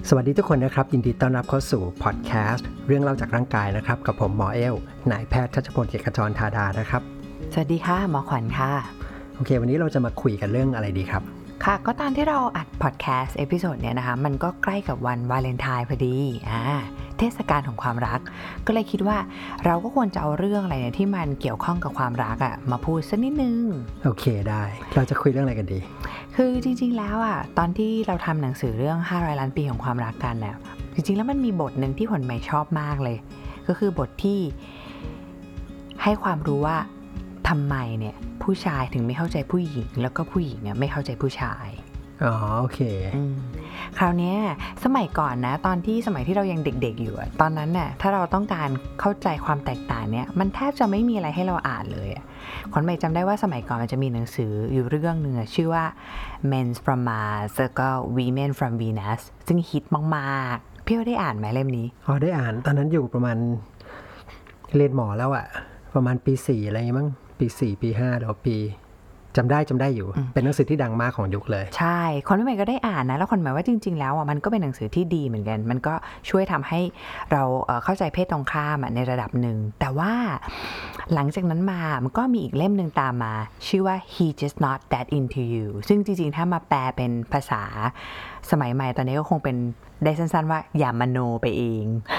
สวัสดีทุกคนนะครับยินดีต้อนรับเข้าสู่พอดแคสต์เรื่องเล่าจากร่างกายนะครับกับผมหมอเอลนายแพทย์ชัชพลเกียรติขจรธาดานะครับสวัสดีค่ะหมอขวัญค่ะโอเควันนี้เราจะมาคุยกันเรื่องอะไรดีครับค่ะก็ตามที่เราอัดพอดแคสต์เอพิโซดเนี่ยนะคะมันก็ใกล้กับวันวาเลนไทน์พอดีเทศกาลของความรักก็เลยคิดว่าเราก็ควรจะเอาเรื่องอะไรเนี่ยที่มันเกี่ยวข้องกับความรักมาพูดสักนิดนึงโอเคได้เราจะคุยเรื่องอะไรกันดีคือจริงๆแล้วตอนที่เราทำหนังสือเรื่อง500ล้านปีของความรักกันเนี่ยจริงๆแล้วมันมีบทหนึ่งที่ผลไม่ชอบมากเลยก็คือบทที่ให้ความรู้ว่าทำไมเนี่ยผู้ชายถึงไม่เข้าใจผู้หญิงแล้วก็ผู้หญิงเนี่ยไม่เข้าใจผู้ชายอ๋อโอเคคราวนี้สมัยก่อนนะตอนที่สมัยที่เรายังเด็กๆอยู่ตอนนั้นน่ะถ้าเราต้องการเข้าใจความแตกต่างเนี่ยมันแทบจะไม่มีอะไรให้เราอ่านเลยขวัญใหม่จำได้ว่าสมัยก่อนมันจะมีหนังสืออยู่เรื่องนึงชื่อว่า Men from Mars แล้วก็ Women from Venus ซึ่งฮิตมากๆพี่ได้อ่านไหมเล่มนี้อ๋อได้อ่านตอนนั้นอยู่ประมาณเรียนหมอแล้วประมาณปี4อะไรอย่างงี้มั้งปี4ปี5หรือปีจำได้อยู่เป็นหนังสือที่ดังมากของยุคเลยใช่คนใหม่ก็ได้อ่านนะแล้วคนหมายว่าจริงๆแล้วมันก็เป็นหนังสือที่ดีเหมือนกันมันก็ช่วยทำให้เราเข้าใจเพศตรงข้ามในระดับหนึ่งแต่ว่าหลังจากนั้นมามันก็มีอีกเล่มนึงตามมาชื่อว่า He just not that into you ซึ่งจริงๆถ้ามาแปลเป็นภาษาสมัยใหม่ตอนนี้ก็คงเป็นได้สั้นๆว่าอย่ามโนไปเอง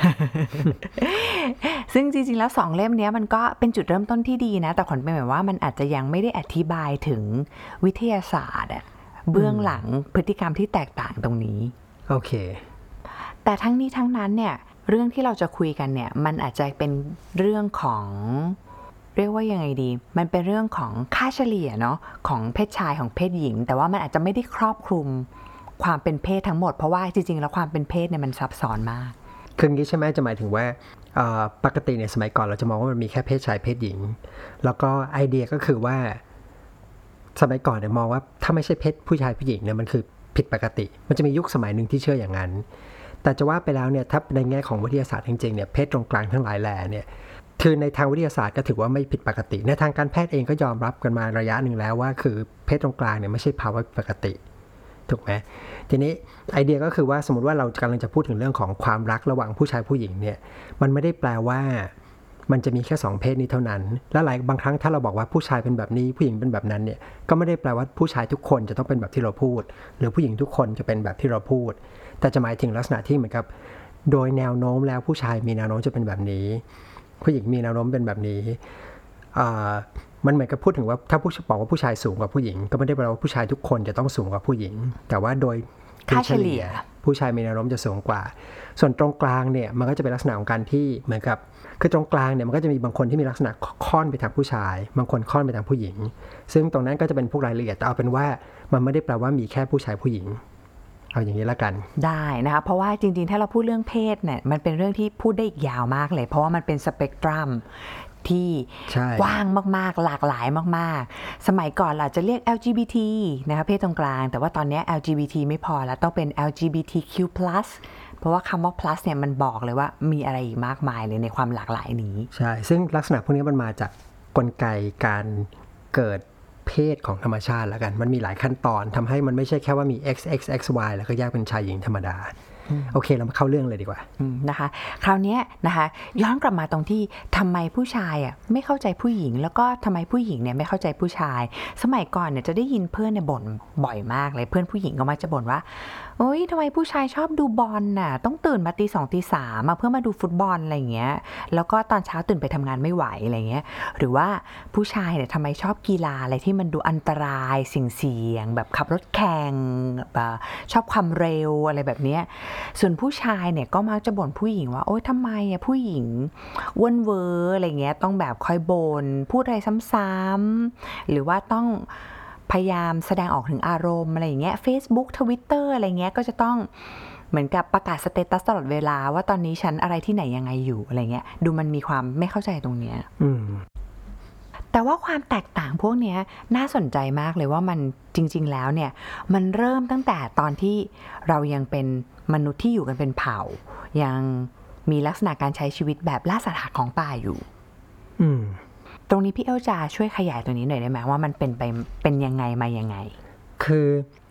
ซึ่งจริงๆแล้ว2เล่มนี้มันก็เป็นจุดเริ่มต้นที่ดีนะแต่ขวัญเป็นหมายว่ามันอาจจะยังไม่ได้อธิบายถึงวิทยาศาสตร์เบื้องหลังพฤติกรรมที่แตกต่างตรงนี้โอเคแต่ทั้งนี้ทั้งนั้นเนี่ยเรื่องที่เราจะคุยกันเนี่ยมันอาจจะเป็นเรื่องของเรียกว่ายังไงดีมันเป็นเรื่องของค่าเฉลี่ยเนาะของเพศชายของเพศหญิงแต่ว่ามันอาจจะไม่ได้ครอบคลุมความเป็นเพศทั้งหมดเพราะว่าจริงๆแล้วความเป็นเพศเนี่ยมันซับซ้อนมากคืออย่างนี้ใช่ไหมจะหมายถึงว่าปกติในสมัยก่อนเราจะมองว่ามันมีแค่เพศชายเพศหญิงแล้วก็ไอเดียก็คือว่าสมัยก่อนเนี่ยมองว่าถ้าไม่ใช่เพศผู้ชายผู้หญิงเนี่ยมันคือผิดปกติมันจะมียุคสมัยหนึ่งที่เชื่ออย่างนั้นแต่จะว่าไปแล้วเนี่ยถ้าในแง่ของวิทยาศาสตร์จริงๆเนี่ยเพศตรงกลางทั้งหลายแหล่เนี่ยคือในทางวิทยาศาสตร์ก็ถือว่าไม่ผิดปกติในทางการแพทย์เองก็ยอมรับกันมาระยะหนึ่งแล้วว่าคือเพศตรงกลางเนี่ยไม่ใช่ภาวะปกติถูกไหมทีนี้ไอเดียก็คือว่าสมมติว่าเรากำลังจะพูดถึงเรื่องของความรักระหว่างผู้ชายผู้หญิงเนี่ยมันไม่ได้แปลว่ามันจะมีแค่2เพศนี้เท่านั้นและบางครั้งถ้าเราบอกว่าผู้ชายเป็นแบบนี้ผู้หญิงเป็นแบบนั้นเนี่ยก็ไม่ได้แปลว่าผู้ชายทุกคนจะต้องเป็นแบบที่เราพูดหรือผู้หญิงทุกคนจะเป็นแบบที่เราพูดแต่จะหมายถึงลักษณะที่เหมือนกับโดยแนวโน้มแล้วผู้ชายมีแนวโน้มจะเป็นแบบนี้ผู้หญิงมีแนวโน้มเป็นแบบนี้มันเหมือนกับพูดถึงว่าถ้าบอกว่าผู้ชายสูงกว่าผู้หญิงก็ไม่ได้แปลว่าผู้ชายทุกคนจะต้องสูงกว่าผู้หญิงแต่ว่าโดยค่าเฉลี่ยผู้ชายมีแนวโน้มจะสูงกว่าส่วนตรงกลางเนี่ยมันก็จะเป็นลักษณะของการที่เหมือนกับคือตรงกลางเนี่ยมันก็จะมีบางคนที่มีลักษณะค่อนไปทางผู้ชายบางคนค่อนไปทางผู้หญิงซึ่งตรงนั้นก็จะเป็นพวกรายละเอียดแต่เอาเป็นว่ามันไม่ได้แปลว่ามีแค่ผู้ชายผู้หญิงเอาอย่างนี้ละกันได้นะคะเพราะว่าจริงๆถ้าเราพูดเรื่องเพศเนี่ยมันเป็นเรื่องที่พูดได้อีกยาวมากเลยเพราะว่ามันเป็นสเปกตรัมที่กว้างมากๆหลากหลายมากๆสมัยก่อนเราจะเรียก LGBT นะคะเพศตรงกลางแต่ว่าตอนนี้ LGBT ไม่พอแล้วต้องเป็น LGBTQ+ เพราะว่าคำว่า plus เนี่ยมันบอกเลยว่ามีอะไรอีกมากมายเลยในความหลากหลายนี้ใช่ซึ่งลักษณะพวกนี้มันมาจากกลไกการเกิดเพศของธรรมชาติแล้วกันมันมีหลายขั้นตอนทำให้มันไม่ใช่แค่ว่ามี x x x y แล้วก็แยกเป็นชายหญิงธรรมดาโอเคเรามาเข้าเรื่องเลยดีกว่านะคะคราวนี้นะคะย้อนกลับมาตรงที่ทำไมผู้ชายไม่เข้าใจผู้หญิงแล้วก็ทำไมผู้หญิงเนี่ยไม่เข้าใจผู้ชายสมัยก่อนเนี่ยจะได้ยินเพื่อนเนี่ยบ่นบ่อยมากเลยเพื่อนผู้หญิงก็มักจะบ่นว่าโอ๊ยทำไมผู้ชายชอบดูบอลน่ะต้องตื่นมาตี 2 ตี 3เพื่อมาดูฟุตบอลอะไรอย่างเงี้ยแล้วก็ตอนเช้าตื่นไปทำงานไม่ไหวอะไรเงี้ยหรือว่าผู้ชายเนี่ยทำไมชอบกีฬาอะไรที่มันดูอันตรายเสี่ยงแบบขับรถแข่งชอบความเร็วอะไรแบบเนี้ยส่วนผู้ชายเนี่ยก็มักจะบ่นผู้หญิงว่าโอ๊ยทำไมผู้หญิงอ้วนเวอร์อะไรเงี้ยต้องแบบคอยบ่นพูดอะไรซ้ำๆหรือว่าต้องพยายามแสดงออกถึงอารมณ์อะไรอย่างเงี้ย Facebook Twitter อะไรเงี้ยก็จะต้องเหมือนกับประกาศสเตตัสตลอดเวลาว่าตอนนี้ฉันอะไรที่ไหนยังไงอยู่อะไรเงี้ยดูมันมีความไม่เข้าใจตรงเนี้ยแต่ว่าความแตกต่างพวกนี้น่าสนใจมากเลยว่ามันจริงๆแล้วเนี่ยมันเริ่มตั้งแต่ตอนที่เรายังเป็นมนุษย์ที่อยู่กันเป็นเผ่ายังมีลักษณะการใช้ชีวิตแบบล่าสัตว์หาของป่าอยู่ตรงนี้พี่เอลจะช่วยขยายตัวนี้หน่อยได้ไหมว่ามันเป็นยังไงมายังไงคือ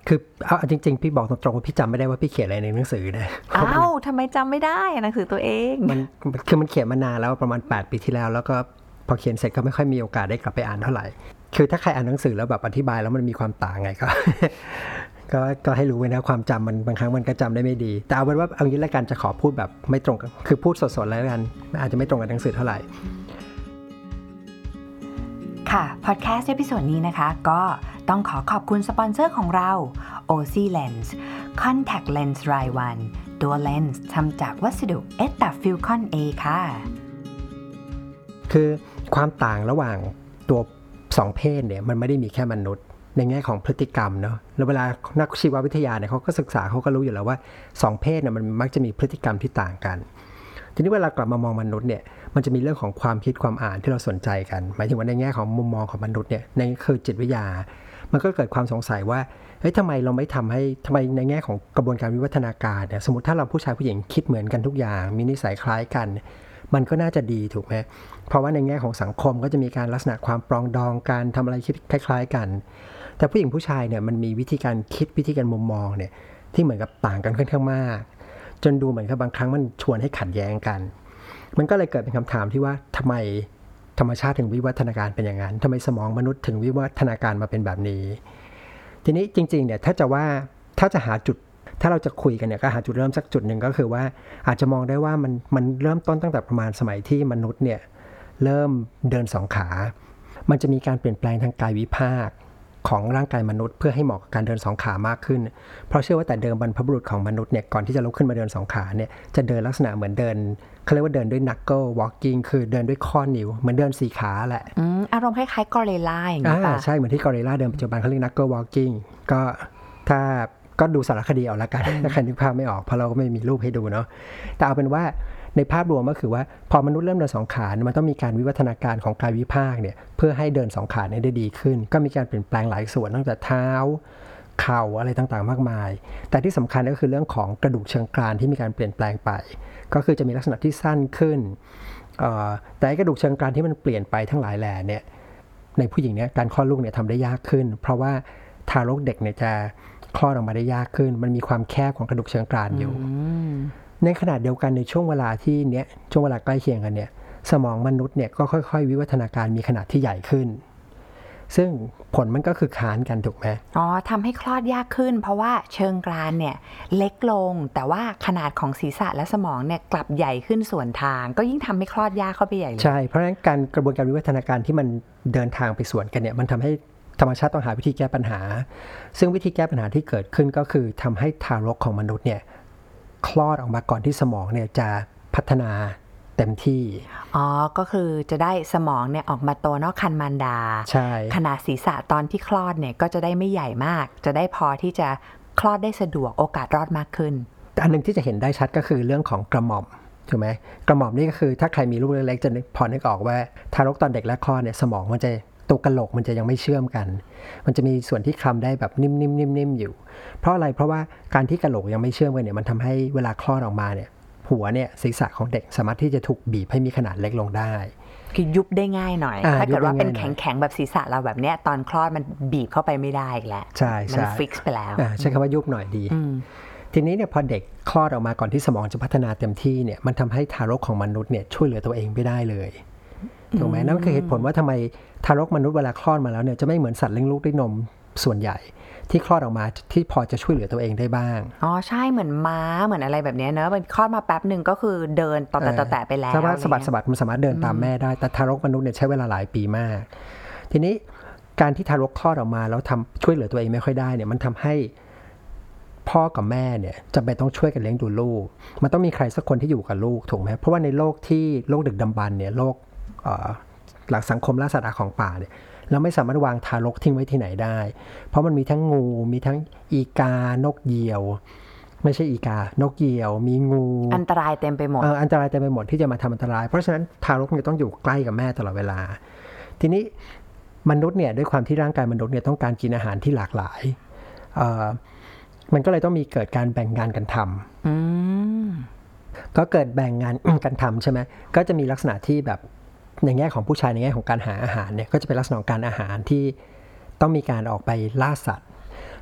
คือเอาจริงๆพี่บอกตรงๆว่าพี่จำไม่ได้ว่าพี่เขียนอะไรในหนังสือนะอ้าวทำไมจำไม่ได้หนังสือตัวเองมันเขียนมานานแล้วประมาณ8 ปีที่แล้วแล้วก็พอเขียนเสร็จก็ไม่ค่อยมีโอกาสได้กลับไปอ่านเท่าไหร่คือถ้าใครอ่านหนังสือแล้วแบบอธิบายแล้วมันมีความต่างไงก็ ก็ให้รู้ไว้นะความจำมันบางครั้งมันก็จำได้ไม่ดีแต่เอาเป็นว่าเอางี้แล้วกันจะขอพูดแบบไม่ตรงกันคือพูดสดๆแล้วกันอาจจะไม่ตรงกับหนังสือเท่าไหร่ค่ะพอดแคสต์เอพิโซดนี้นะคะก็ต้องขอบคุณสปอนเซอร์ของเรา OC Lens Contact Lens รายวันตัวเลนส์ทำจากวัสดุ ETAFilcon A ค่ะคือความต่างระหว่างตัว2เพศเนี่ยมันไม่ได้มีแค่มนุษย์ในแง่ของพฤติกรรมเนาะแล้วเวลานักชีววิทยาเนี่ยเขาก็ศึกษาเขาก็รู้อยู่แล้วว่า2เพศเนี่ยมันมักจะมีพฤติกรรมที่ต่างกันทีนี้เวลากลับมามองมนุษย์เนี่ยมันจะมีเรื่องของความคิดความอ่านที่เราสนใจกันหมายถึงว่าในแง่ของมุมมองของมนุษย์เนี่ยในคือจิตวิทยามันก็เกิดความสงสัยว่าเฮ้ยทำไมในแง่ของกระบวนการวิวัฒนาการเนี่ยสมมติถ้าเราผู้ชายผู้หญิงคิดเหมือนกันทุกอย่างมีนิสัยคล้ายกันมันก็น่าจะดีถูกไหมเพราะว่าในแง่ของสังคมก็จะมีการลักษณะความปรองดองการทำอะไรคิดคล้ายๆกันแต่ผู้หญิงผู้ชายเนี่ยมันมีวิธีการคิดวิธีการมุมมองเนี่ยที่เหมือนกับต่างกันค่อนข้างมากจนดูเหมือนกับบางครั้งมันชวนให้ขัดแย้งกันมันก็เลยเกิดเป็นคำถามที่ว่าทำไมธรรมชาติถึงวิวัฒนาการเป็นอย่างนั้นทำไมสมองมนุษย์ถึงวิวัฒนาการมาเป็นแบบนี้ทีนี้จริงๆเนี่ยถ้าจะหาจุดถ้าเราจะคุยกันเนี่ยก็หาจุดเริ่มสักจุดหนึ่งก็คือว่าอาจจะมองได้ว่ามันเริ่มต้นตั้งแต่ประมาณสมัยที่มนุษย์เนี่ยเริ่มเดิน2 ขามันจะมีการเปลี่ยนแปลงทางกายวิภาคของร่างกายมนุษย์เพื่อให้เหมาะกับการเดิน2 ขามากขึ้นเพราะเชื่อว่าแต่เดิมบรรพบุรุษของมนุษย์เนี่ยก่อนที่จะลุกขึ้นมาเดิน2 ขาเนี่ยจะเดินลักษณะเหมือนเดินเขาเรียกว่าเดินด้วย knuckle walking คือเดินด้วยข้อนิ้วเหมือนเดิน4 ขาแหละอารมณ์คล้ายๆกอริลลาอย่างนี้ป่ะใช่เหมือนที่กอริลลาเดินปัจจุบันเขาเรียก knuckle walking ก็ถ้าก็ดูสารคดีเอาละกันถ้าใครนึกภาพไม่ออกเพราะเราก็ไม่มีรูปให้ดูเนาะแต่เอาเป็นว่าในภาพรวมก็คือว่าพอมนุษย์เริ่มเดิน2 ขามันต้องมีการวิวัฒนาการของกายวิภาคเนี่ยเพื่อให้เดิน2 ขาได้ดีขึ้นก็มีการเปลี่ยนแปลงหลายส่วนตั้งแต่เท้าเข่าอะไรต่างๆมากมายแต่ที่สำคัญก็คือเรื่องของกระดูกเชิงกรานที่มีการเปลี่ยนแปลงไปก็คือจะมีลักษณะที่สั้นขึ้นแต่กระดูกเชิงกรานที่มันเปลี่ยนไปทั้งหลายแหล่เนี่ยในผู้หญิงเนี่ยการคลอดลูกเนี่ยทำได้ยากขึ้นเพราะว่าทารกเด็กเนี่ยจะคลอดออกมาได้ยากขึ้นมันมีความแคบของกระดูกเชิงกรานอยู่ในขณะเดียวกันในช่วงเวลาที่เนี้ยช่วงเวลาใกล้เคียงกันเนี่ยสมองมนุษย์เนี่ยก็ค่อยๆวิวัฒนาการมีขนาดที่ใหญ่ขึ้นซึ่งผลมันก็คือค้านกันถูกไหมทำให้คลอดยากขึ้นเพราะว่าเชิงกรานเนี่ยเล็กลงแต่ว่าขนาดของศีรษะและสมองเนี่ยกลับใหญ่ขึ้นส่วนทางก็ยิ่งทำให้คลอดยากเข้าไปใหญ่เลยใช่เพราะฉะนั้นการกระบวนการวิวัฒนาการที่มันเดินทางไปสวนกันเนี่ยมันทำให้ธรรมชาติต้องหาวิธีแก้ปัญหาซึ่งวิธีแก้ปัญหาที่เกิดขึ้นก็คือทำให้ทารกของมนุษย์เนี่ยคลอดออกมาก่อนที่สมองเนี่ยจะพัฒนาเต็มที่ก็คือจะได้สมองเนี่ยออกมาโตนอกครรภ์มารดาใช่ขนาดศีรษะตอนที่คลอดเนี่ยก็จะได้ไม่ใหญ่มากจะได้พอที่จะคลอดได้สะดวกโอกาสรอดมากขึ้นแต่อันนึงที่จะเห็นได้ชัดก็คือเรื่องของกระหม่อมถูกไหมกระหม่อมนี่ก็คือถ้าใครมีลูกเล็กๆจะพอนึกออกว่าทารกตอนเด็กแรกคลอดเนี่ยสมองมันจะตัวกะโหลกมันจะยังไม่เชื่อมกันมันจะมีส่วนที่คลำได้แบบนิ่มๆอยู่เพราะอะไรเพราะว่าการที่กะโหลกยังไม่เชื่อมกันเนี่ยมันทำให้เวลาคลอดออกมาเนี่ยหัวเนี่ยศีรษะของเด็กสามารถที่จะถูกบีบให้มีขนาดเล็กลงได้คือยุบได้ง่ายหน่อยถ้าเกิดว่าเป็นแข็งๆแบบศีรษะเราแบบเนี้ยตอนคลอดมันบีบเข้าไปไม่ได้อีกแล้วใช่มันฟิกซ์ไปแล้วใช้คำว่ายุบหน่อยดีทีนี้เนี่ยพอเด็กคลอดออกมาก่อนที่สมองจะพัฒนาเต็มที่เนี่ยมันทำให้ทารกของมนุษย์เนี่ยช่วยเหลือตัวเองไม่ได้เลยถูกไหมนั่นคือเหตุผลว่าทำไมทารกมนุษย์เวลาคลอดมาแล้วเนี่ยจะไม่เหมือนสัตว์เลี้ยงลูกด้วยนมส่วนใหญ่ที่คลอดออกมาที่พอจะช่วยเหลือตัวเองได้บ้างใช่เหมือนม้าเหมือนอะไรแบบนี้เนอะมันคลอดมาแป๊บหนึ่งก็คือเดินต่อไปแล้วสะบัดมันสามารถเดินตามแม่ได้แต่ทารกมนุษย์เนี่ยใช้เวลาหลายปีมากทีนี้การที่ทารกคลอดออกมาแล้วช่วยเหลือตัวเองไม่ค่อยได้เนี่ยมันทำให้พ่อกับแม่เนี่ยจำเป็นต้องช่วยกันเลี้ยงดูลูกมันต้องมีใครสักคนที่อยู่กับลูกถูกไหมเพราะว่าในโลกดึกดำบรรพ์เนี่ยโลกหลักสังคมล่าสัตว์ของป่าเนี่ยเราไม่สามารถวางทารกทิ้งไว้ที่ไหนได้เพราะมันมีทั้งงูมีทั้งอีกานกเหยี่ยวไม่ใช่อีกานกเหยี่ยวมีงูอันตรายเต็มไปหมดอันตรายเต็มไปหมดที่จะมาทำอันตรายเพราะฉะนั้นทารกเนี่ยต้องอยู่ใกล้กับแม่ตลอดเวลาทีนี้มนุษย์เนี่ยด้วยความที่ร่างกายมนุษย์เนี่ยต้องการกินอาหารที่หลากหลายมันก็เลยต้องมีเกิดการแบ่งงานกันทำก็เกิดแบ่งงานกันทำใช่ไหมก็จะมีลักษณะที่แบบในแง่ของผู้ชายในแง่ของการหาอาหารเนี่ยก็จะเป็นลักษณะของการอาหารที่ต้องมีการออกไปล่าสัตว์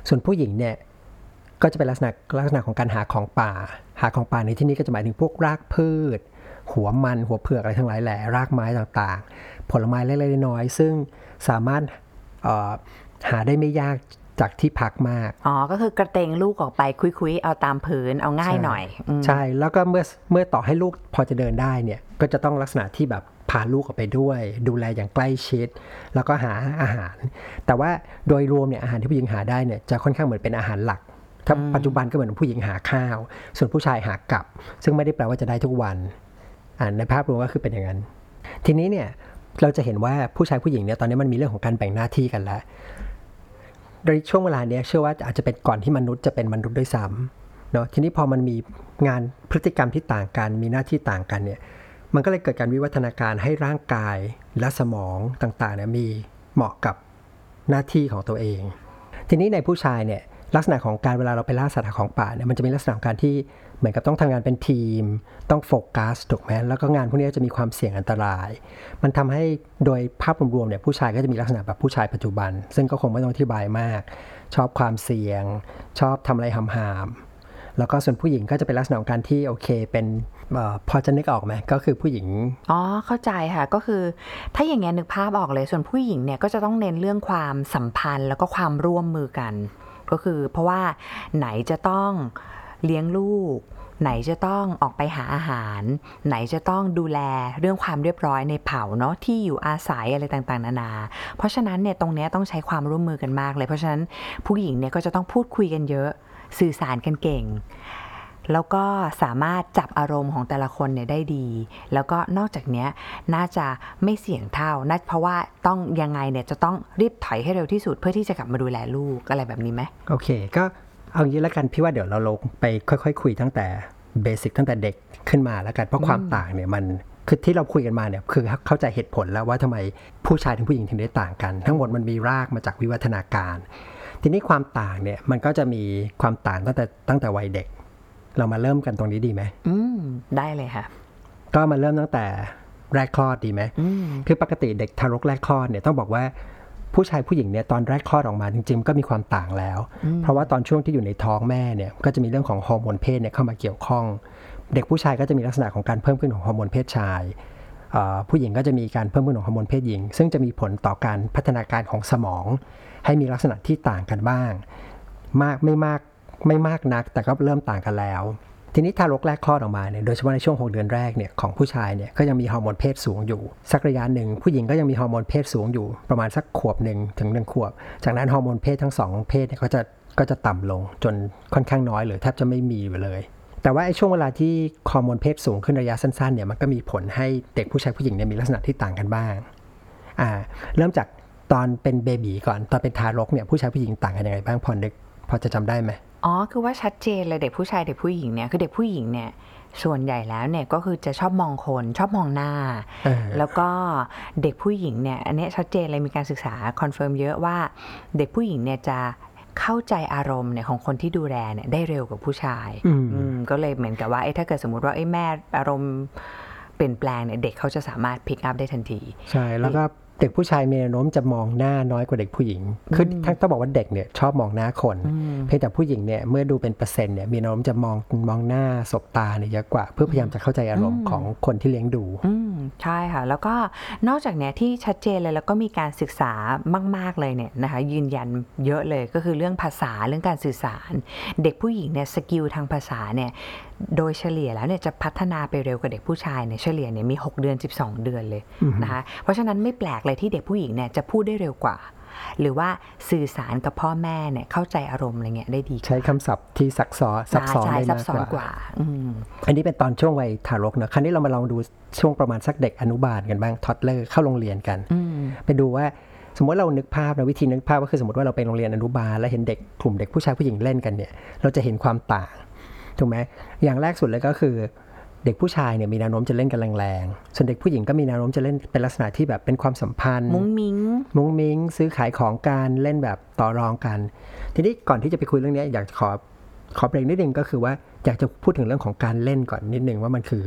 ส่วนผู้หญิงเนี่ยก็จะเป็นลักษณะของการหาของป่าในที่นี้ก็จะหมายถึงพวกรากพืชหัวมันหัวเผือกอะไรทั้งหลายแหล่รากไม้ต่างๆผลไม้เล็กๆน้อยๆซึ่งสามารถหาได้ไม่ยากจากที่พักมากก็คือกระเตงลูกออกไปคุยๆเอาตามพื้นเอาง่ายหน่อยใช่แล้วก็เมื่อต่อให้ลูกพอจะเดินได้เนี่ยก็จะต้องลักษณะที่แบบพาลูกออกไปด้วยดูแลอย่างใกล้ชิดแล้วก็หาอาหารแต่ว่าโดยรวมเนี่ยอาหารที่ผู้หญิงหาได้เนี่ยจะค่อนข้างเหมือนเป็นอาหารหลักถ้าปัจจุบันก็เหมือนผู้หญิงหาข้าวส่วนผู้ชายหากับซึ่งไม่ได้แปลว่าจะได้ทุกวันในภาพรวมก็คือเป็นอย่างนั้นทีนี้เนี่ยเราจะเห็นว่าผู้ชายผู้หญิงเนี่ยตอนนี้มันมีเรื่องของการแบ่งหน้าที่กันแล้วโดยช่วงเวลาเนี้ยเชื่อว่าอาจจะเป็นก่อนที่มนุษย์จะเป็นมนุษย์ด้วยซ้ำเนาะทีนี้พอมันมีงานพฤติกรรมที่ต่างกันมีหน้าที่ต่างกันเนี่ยมันก็เลยเกิดการวิวัฒนาการให้ร่างกายและสมองต่างๆเนี่ยมีเหมาะกับหน้าที่ของตัวเองทีนี้ในผู้ชายเนี่ยลักษณะของการเวลาเราไปล่าสัตว์ของป่าเนี่ยมันจะมีลักษณะของการที่เหมือนกับต้องทำงานเป็นทีมต้องโฟกัสถูกไหมแล้วก็งานพวกนี้จะมีความเสี่ยงอันตรายมันทำให้โดยภาพรวมๆเนี่ยผู้ชายก็จะมีลักษณะแบบผู้ชายปัจจุบันซึ่งก็คงไม่ต้องอธิบายมากชอบความเสี่ยงชอบทำอะไรหำๆแล้วก็ส่วนผู้หญิงก็จะเป็นลักษณะของการที่โอเคเป็นพอจะนึกออกไหมก็คือผู้หญิงเข้าใจค่ะก็คือถ้าอย่างงี้นึกภาพออกเลยส่วนผู้หญิงเนี่ยก็จะต้องเน้นเรื่องความสัมพันธ์แล้วก็ความร่วมมือกันก็คือเพราะว่าไหนจะต้องเลี้ยงลูกไหนจะต้องออกไปหาอาหารไหนจะต้องดูแลเรื่องความเรียบร้อยในเผ่าเนาะที่อยู่อาศัยอะไรต่างๆนานาเพราะฉะนั้นเนี่ยตรงนี้ต้องใช้ความร่วมมือกันมากเลยเพราะฉะนั้นผู้หญิงเนี่ยก็จะต้องพูดคุยกันเยอะสื่อสารกันเก่งแล้วก็สามารถจับอารมณ์ของแต่ละคนเนี่ยได้ดีแล้วก็นอกจากนี้น่าจะไม่เสี่ยงเท่าเพราะว่าต้องยังไงเนี่ยจะต้องรีบถอยให้เร็วที่สุดเพื่อที่จะกลับมาดูแลลูกอะไรแบบนี้ไหมโอเคก็เอางี้แล้วกันพี่ว่าเดี๋ยวเราลงไปค่อยๆคุยตั้งแต่เบสิกตั้งแต่เด็กขึ้นมาแล้วกันเพราะความต่างเนี่ยมันคือที่เราคุยกันมาเนี่ยคือเข้าใจเหตุผลแล้วว่าทำไมผู้ชายถึงผู้หญิงถึงได้ต่างกันทั้งหมดมันมีรากมาจากวิวัฒนาการทีนี้ความต่างเนี่ยมันก็จะมีความต่างตั้งแต่วัยเด็กเรามาเริ่มกันตรงนี้ดีไหมได้เลยค่ะก็มาเริ่มตั้งแต่แรกคลอดดีไหมคือปกติเด็กทารกแรกคลอดเนี่ยต้องบอกว่าผู้ชายผู้หญิงเนี่ยตอนแรกคลอดออกมาจริงๆก็มีความต่างแล้วเพราะว่าตอนช่วงที่อยู่ในท้องแม่เนี่ยก็จะมีเรื่องของฮอร์โมนเพศเนี่ยเข้ามาเกี่ยวข้องเด็กผู้ชายก็จะมีลักษณะของการเพิ่มขึ้นของฮอร์โมนเพศชายผู้หญิงก็จะมีการเพิ่มขึ้นของฮอร์โมนเพศหญิงซึ่งจะมีผลต่อการพัฒนาการของสมองให้มีลักษณะที่ต่างกันบ้างไม่มากนักแต่ก็เริ่มต่างกันแล้วทีนี้ทารกแรกคลอดออกมาเนี่ยโดยเฉพาะในช่วง6 เดือนแรกเนี่ยของผู้ชายเนี่ยก็ยังมีฮอร์โมนเพศสูงอยู่สักระยะหนึ่งผู้หญิงก็ยังมีฮอร์โมนเพศสูงอยู่ประมาณสักขวบหนึ่งถึง1 ขวบจากนั้นฮอร์โมนเพศทั้ง2เพศเนี่ยก็จะต่ำลงจนค่อนข้างน้อยหรือแทบจะไม่มีอยู่เลยแต่ว่าไอ้ช่วงเวลาที่ฮอร์โมนเพศสูงขึ้นระยะสั้นๆเนี่ยมันก็มีผลให้เด็กผู้ชายผู้หญิงเนี่ยมีลักษณะที่ต่างกันบ้างเริ่มจากตอนเป็นเบบีก่อนตอนเป็นทารกเนี่ยผู้ชายผู้หญิงต่างกันยังไงบ้างพอจะจำได้ไหมคือว่าชัดเจนเลยเด็กผู้ชายเด็กผู้หญิงเนี่ยคือเด็กผู้หญิงเนี่ยส่วนใหญ่แล้วเนี่ยก็คือจะชอบมองคนชอบมองหน้าแล้วก็เด็กผู้หญิงเนี่ยอันนี้ชัดเจนเลยมีการศึกษาคอนเฟิร์มเยอะว่าเด็กผู้หญิงเนี่ยจะเข้าใจอารมณ์เนี่ยของคนที่ดูแลเนี่ยได้เร็วกว่าผู้ชายก็เลยเหมือนกับว่าถ้าเกิดสมมุติว่าแม่อารมณ์เปลี่ยนแปลงเนี่ยเด็กเขาจะสามารถพิกอัพได้ทันทีใช่แล้วก็เด็กผู้ชายมีแนวโน้มจะมองหน้าน้อยกว่าเด็กผู้หญิงคือต้องบอกว่าเด็กเนี่ยชอบมองหน้าคนเพียงแต่ผู้หญิงเนี่ยเมื่อดูเป็นเปอร์เซ็นต์เนี่ยมีแนวโน้มจะมองหน้าสบตาเนี่ยเยอะกว่าเพื่อพยายามจะเข้าใจอารมณ์ของคนที่เลี้ยงดูใช่ค่ะแล้วก็นอกจากเนี้ยที่ชัดเจนเลยแล้วก็มีการศึกษามากๆเลยเนี่ยนะคะยืนยันเยอะเลยก็คือเรื่องภาษาเรื่องการสื่อสารเด็กผู้หญิงเนี่ยสกิลทางภาษาเนี่ยโดยเฉลี่ยแล้วเนี่ยจะพัฒนาไปเร็วกว่าเด็กผู้ชายเนี่ยเฉลี่ยเนี่ยมี6 เดือน12 เดือนเลยนะคะเพราะฉะนั้นไม่แปลกเลยที่เด็กผู้หญิงเนี่ยจะพูดได้เร็วกว่าหรือว่าสื่อสารกับพ่อแม่เนี่ยเข้าใจอารมณ์อะไรเงี้ยได้ดีใช้คำศัพท์ที่ซับซ้อนได้มากกว่าอันนี้เป็นตอนช่วงวัยทารกเนอะคราวนี้เรามาลองดูช่วงประมาณสักเด็กอนุบาลกันบ้างทอดเลอร์เข้าโรงเรียนกันไปดูว่าสมมติเรานึกภาพนะวิธีนึกภาพก็คือสมมติว่าเราไปโรงเรียนอนุบาลแล้วเห็นเด็กกลุ่มเด็กผู้ชายผู้หญิงเล่นกันเนี่ยเราจะเห็นความต่างถูกไหมอย่างแรกสุดเลยก็คือเด็กผู้ชายเนี่ยมีแนวโน้มจะเล่นกันแรงๆส่วนเด็กผู้หญิงก็มีแนวโน้มจะเล่นเป็นลักษณะที่แบบเป็นความสัมพันธ์มุ้งมิ้งซื้อขายของกันเล่นแบบต่อรองกันทีนี้ก่อนที่จะไปคุยเรื่องนี้อยากขอเบรกนิดนึงก็คือว่าอยากจะพูดถึงเรื่องของการเล่นก่อนนิดนึงว่ามันคือ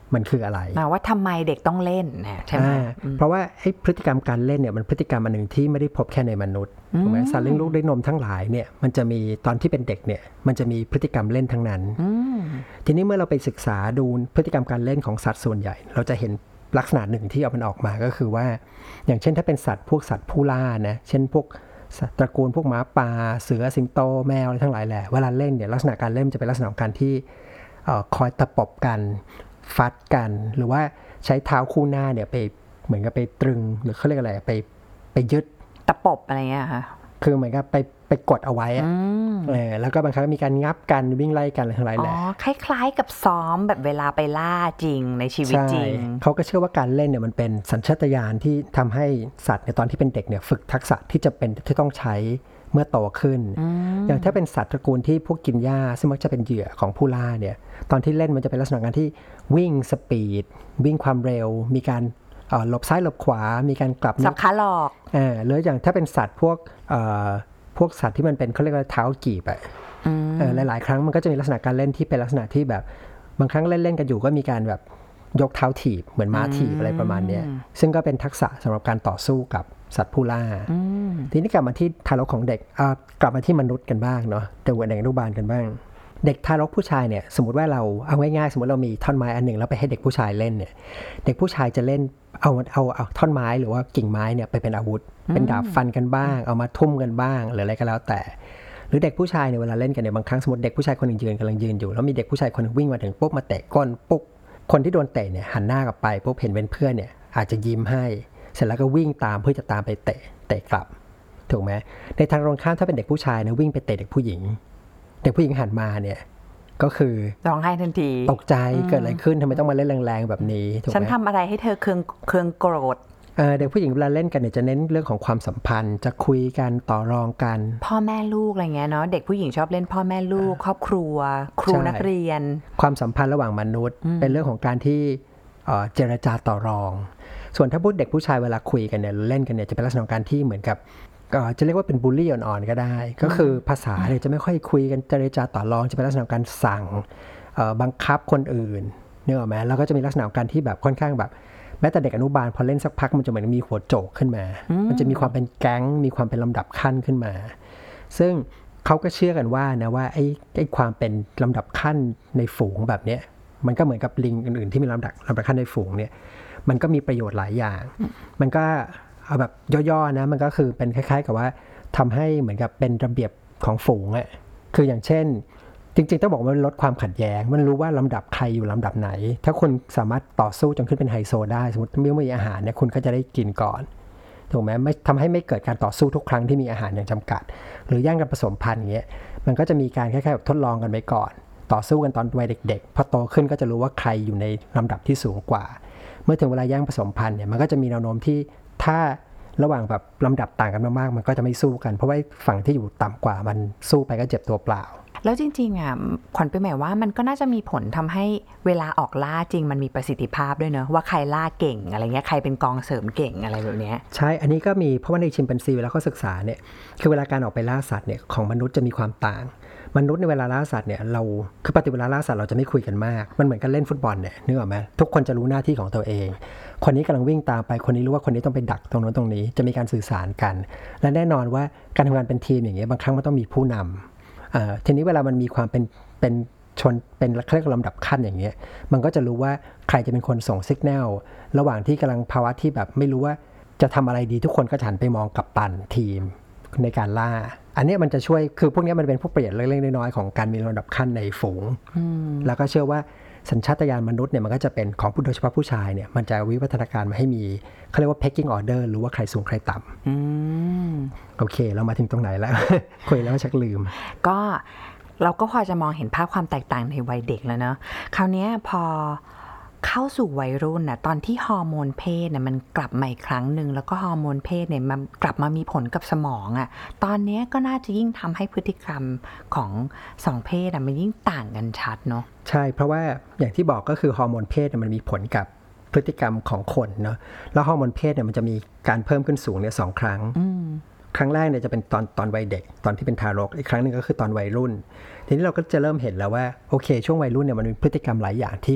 มันคืออะไรว่าทำไมเด็กต้องเล่นนะใช่ไหมเพราะว่าไอ้พฤติกรรมการเล่นเนี่ยมันพฤติกรรมอันหนึ่งที่ไม่ได้พบแค่ในมนุษย์ถูกไหมสัตว์เลี้ยงลูกด้วยนมทั้งหลายเนี่ยมันจะมีตอนที่เป็นเด็กเนี่ยมันจะมีพฤติกรรมเล่นทั้งนั้นทีนี้เมื่อเราไปศึกษาดูพฤติกรรมการเล่นของสัตว์ส่วนใหญ่เราจะเห็นลักษณะหนึ่งที่เอามันออกมาก็คือว่าอย่างเช่นถ้าเป็นสัตว์พวกสัตว์ผู้ล่านะเช่นพวกตระกูลพวกหมาป่าเสือสิงโตแมวอะไรทั้งหลายแหละเวลาเล่นเนี่ยลักษณะการเล่นจะเป็นลักษณะของการที่คอยตะปบกันฟัดกันหรือว่าใช้เท้าคู่หน้าเนี่ยไปเหมือนกับไปตรึงหรือเขาเรียกอะไรไปยึดตะปบอะไรเงี้ยค่ะคือเหมือนกับไปกดเอาไว้แล้วก็บางครั้งมีการงับกันวิ่งไล่กันอะไรทั้งหลายแหละคล้ายๆกับซ้อมแบบเวลาไปล่าจริงในชีวิตจริงเขาก็เชื่อว่าการเล่นเนี่ยมันเป็นสัญชาตญาณที่ทำให้สัตว์ในตอนที่เป็นเด็กเนี่ยฝึกทักษะที่จะเป็นที่ต้องใช้เมื่อโตขึ้นอย่างถ้าเป็นสัตว์ตระกูลที่พวกกินหญ้าซึ่งมักจะเป็นเหยื่อของผู้ล่าเนี่ยตอนที่เล่นมันจะเป็นลักษณะการที่วิ่งสปีดวิ่งความเร็วมีการหลบซ้ายหลบขวามีการกลับสับขาหลอกหรืออย่างถ้าเป็นสัตว์พวกสัตว์ที่มันเป็นเขาเรียกว่าเท้ากีบหลายๆครั้งมันก็จะมีลักษณะการเล่นที่เป็นลักษณะที่แบบบางครั้งเล่นกันอยู่ก็มีการแบบยกเท้าถีบเหมือนม้าถีบอะไรประมาณนี้ซึ่งก็เป็นทักษะสำหรับการต่อสู้กับสัตว์ผู้ล่าทีนี้กลับมาที่ทารกของเด็กกลับมาที่มนุษย์กันบ้างเนาะแต่วัยเด็กอนุบาลกันบ้างเด็กทารกผู้ชายเนี่ยสมมติว่าเราเอาง่ายๆสมมติเรามีท่อนไม้อันหนึ่งแล้วไปให้เด็กผู้ชายเล่นเนี่ยเด็กผู้ชายจะเล่นเอาท่อนไม้หรือว่ากิ่งไม้เนี่ยไปเป็นอาวุธเป็นดาบฟันกันบ้างเอามาทุ่มกันบ้างหรืออะไรก็แล้วแต่หรือเด็กผู้ชายเนี่ยเวลาเล่นกันเนี่ยบางครั้งสมมติเด็กผู้ชายคนนึงกำลังยืนอยู่แล้วมีเด็กผู้ชายคนนึงวิ่งมาถึงปุ๊บมาเตะก้นปุ๊บคนที่โดนเตะเนี่ยหันหน้ากลับไปปุ๊บเห็นเป็นเพื่อนเนี่ยอาจจะยิ้มให้เสร็จแล้วก็วิ่งตามเพื่อจะตามไปเตะกลับถูกไหมในทางตรงข้ามถ้าเป็นเด็กผู้ชายเนี่ยวิ่งไปเตะเด็กผู้หญิงหันมาเนี่ยก็คือร้องไห้ทันทีตกใจเกิดอะไรขึ้นทำไมต้องมาเล่นแรงๆแบบนี้ถูกไหมฉันทำอะไรให้เธอเคืองโกรธเด็กผู้หญิงเวลาเล่นกันเนี่ยจะเน้นเรื่องของความสัมพันธ์จะคุยกันต่อรองกันพ่อแม่ลูกอะไรเงี้ยเนาะเด็กผู้หญิงชอบเล่นพ่อแม่ลูกครอบครัวครูนักเรียนความสัมพันธ์ระหว่างมนุษย์เป็นเรื่องของการที่เจรจาต่อรองส่วนถ้าพูดเด็กผู้ชายเวลาคุยกันเนี่ยเล่นกันเนี่ยจะเป็นลักษณะของการที่เหมือนกับจะเรียกว่าเป็นบูลลี่อ่อนๆก็ได้ก็คือภาษาเนี่ยจะไม่ค่อยคุยกันเจรจาต่อรองจะเป็นลักษณะของการสั่งบังคับคนอื่นนึกออกไหมแล้วก็จะมีลักษณะของการที่แบบค่อนข้างแบบแม้แต่เด็กอนุบาลพอเล่นสักพักมันจะเหมือนมีหัวโจกขึ้นมามันจะมีความเป็นแก๊งมีความเป็นลำดับขั้นขึ้นมาซึ่งเขาก็เชื่อกันว่านะว่าไอ้ความเป็นลำดับขั้นในฝูงแบบเนี้ยมันก็เหมือนกับลิงอื่นๆที่มีลำดับขั้นในฝูงเนี่ยมันก็มีประโยชน์หลายอย่างมันก็เอาแบบย่อๆนะมันก็คือเป็นคล้ายๆกับว่าทำให้เหมือนกับเป็นระเบียบของฝูงอะคืออย่างเช่นจริงๆต้องบอกว่าลดความขัดแย้งมันรู้ว่าลำดับใครอยู่ลำดับไหนถ้าคุณสามารถต่อสู้จนขึ้นเป็นไฮโซได้สมมติไม่มีอาหารเนี่ยคุณก็จะได้กินก่อนถูกไหมไม่ทำให้ไม่เกิดการต่อสู้ทุกครั้งที่มีอาหารอย่างจำกัดหรือแย่งกันผสมพันธุ์อย่างเงี้ยมันก็จะมีการคล้ายๆแบบทดลองกันไปก่อนต่อสู้กันตอนวัยเด็กๆพอโตขึ้นก็จะรู้ว่าใครอยู่ในลำดับที่สูงกว่าเมื่อถึงเวลาแย่งผสมพันธุ์เนี่ยมันก็จะมีแนวโน้มที่ถ้าระหว่างแบบลำดับต่างกันมากๆมันก็จะไม่สู้กันเพราะว่าฝั่งที่อยู่ต่ำกว่ามันสู้ไปก็เจ็บตัวเปล่าแล้วจริงๆอ่ะขวัญไปหมายว่ามันก็น่าจะมีผลทำให้เวลาออกล่าจริงมันมีประสิทธิภาพด้วยเนอะว่าใครล่าเก่งอะไรเงี้ยใครเป็นกองเสริมเก่งอะไรแบบนี้ใช่อันนี้ก็มีเพราะว่าในชิมแปนซีเวลาเขาศึกษาเนี่ยคือเวลาการออกไปล่าสัตว์เนี่ยของมนุษย์จะมีความต่างมนุษย์ในเวลาล่าสัตว์เนี่ยเราคือปฏิเวลาล่าสัตว์เราจะไม่คุยกันมากมันเหมือนกันเล่นฟุตบอลเนี่ยนึกออกไหมทุกคนจะรู้หน้าที่ของตัวเองคนนี้กำลังวิ่งตามไปคนนี้รู้ว่าคนนี้ต้องไปดักตรงนั้นตรงนี้จะมีการสื่อสารกันและแน่นอนว่าการทำงานเป็นทีมอย่างเงี้ยบางครั้งมันต้องมีผู้นำทีนี้เวลามันมีความเป็นชนเป็นเรียกลำดับขั้นอย่างเงี้ยมันก็จะรู้ว่าใครจะเป็นคนส่งสัญญาณระหว่างที่กำลังภาวะที่แบบไม่รู้ว่าจะทำอะไรดีทุกคนก็หันไปมองกัปตันทีมในการล่าอันนี้มันจะช่วยคือพวกนี้มันเป็นพวกเปลี่ยนเล็กๆน้อยๆของการมีลำดับขั้นในฝูงแล้วก็เชื่อว่าสัญชาตญาณมนุษย์เนี่ยมันก็จะเป็นของผู้โดยเฉพาะผู้ชายเนี่ยมันจะวิวัฒนาการมาให้มีเขาเรียกว่า pecking order หรือว่าใครสูงใครต่ำโอเคเรามาถึงตรงไหนแล้ว คุยแล้วชักลืมก็เราก็พอจะมองเห็นภาพความแตกต่างในวัยเด็กแล้วเนาะคราวนี้พอเข้าสู่วัยรุ่นน่ะตอนที่ฮอร์โมนเพศน่ะมันกลับมาอีกครั้งนึงแล้วก็ฮอร์โมนเพศเนี่ยมันกลับมามีผลกับสมองอ่ะตอนนี้ก็น่าจะยิ่งทำให้พฤติกรรมของสองเพศมันยิ่งต่างกันชัดเนาะใช่เพราะว่าอย่างที่บอกก็คือฮอร์โมนเพศมันมีผลกับพฤติกรรมของคนเนาะแล้วฮอร์โมนเพศเนี่ยมันจะมีการเพิ่มขึ้นสูงเนี่ย2 ครั้งครั้งแรกเนี่ยจะเป็นตอนวัยเด็กตอนที่เป็นทารกอีกครั้งนึงก็คือตอนวัยรุ่นทีนี้เราก็จะเริ่มเห็นแล้วว่าโอเคช่วงวัยรุ่นเนี่ยมันมีพฤติกรรมหลายอย่างที่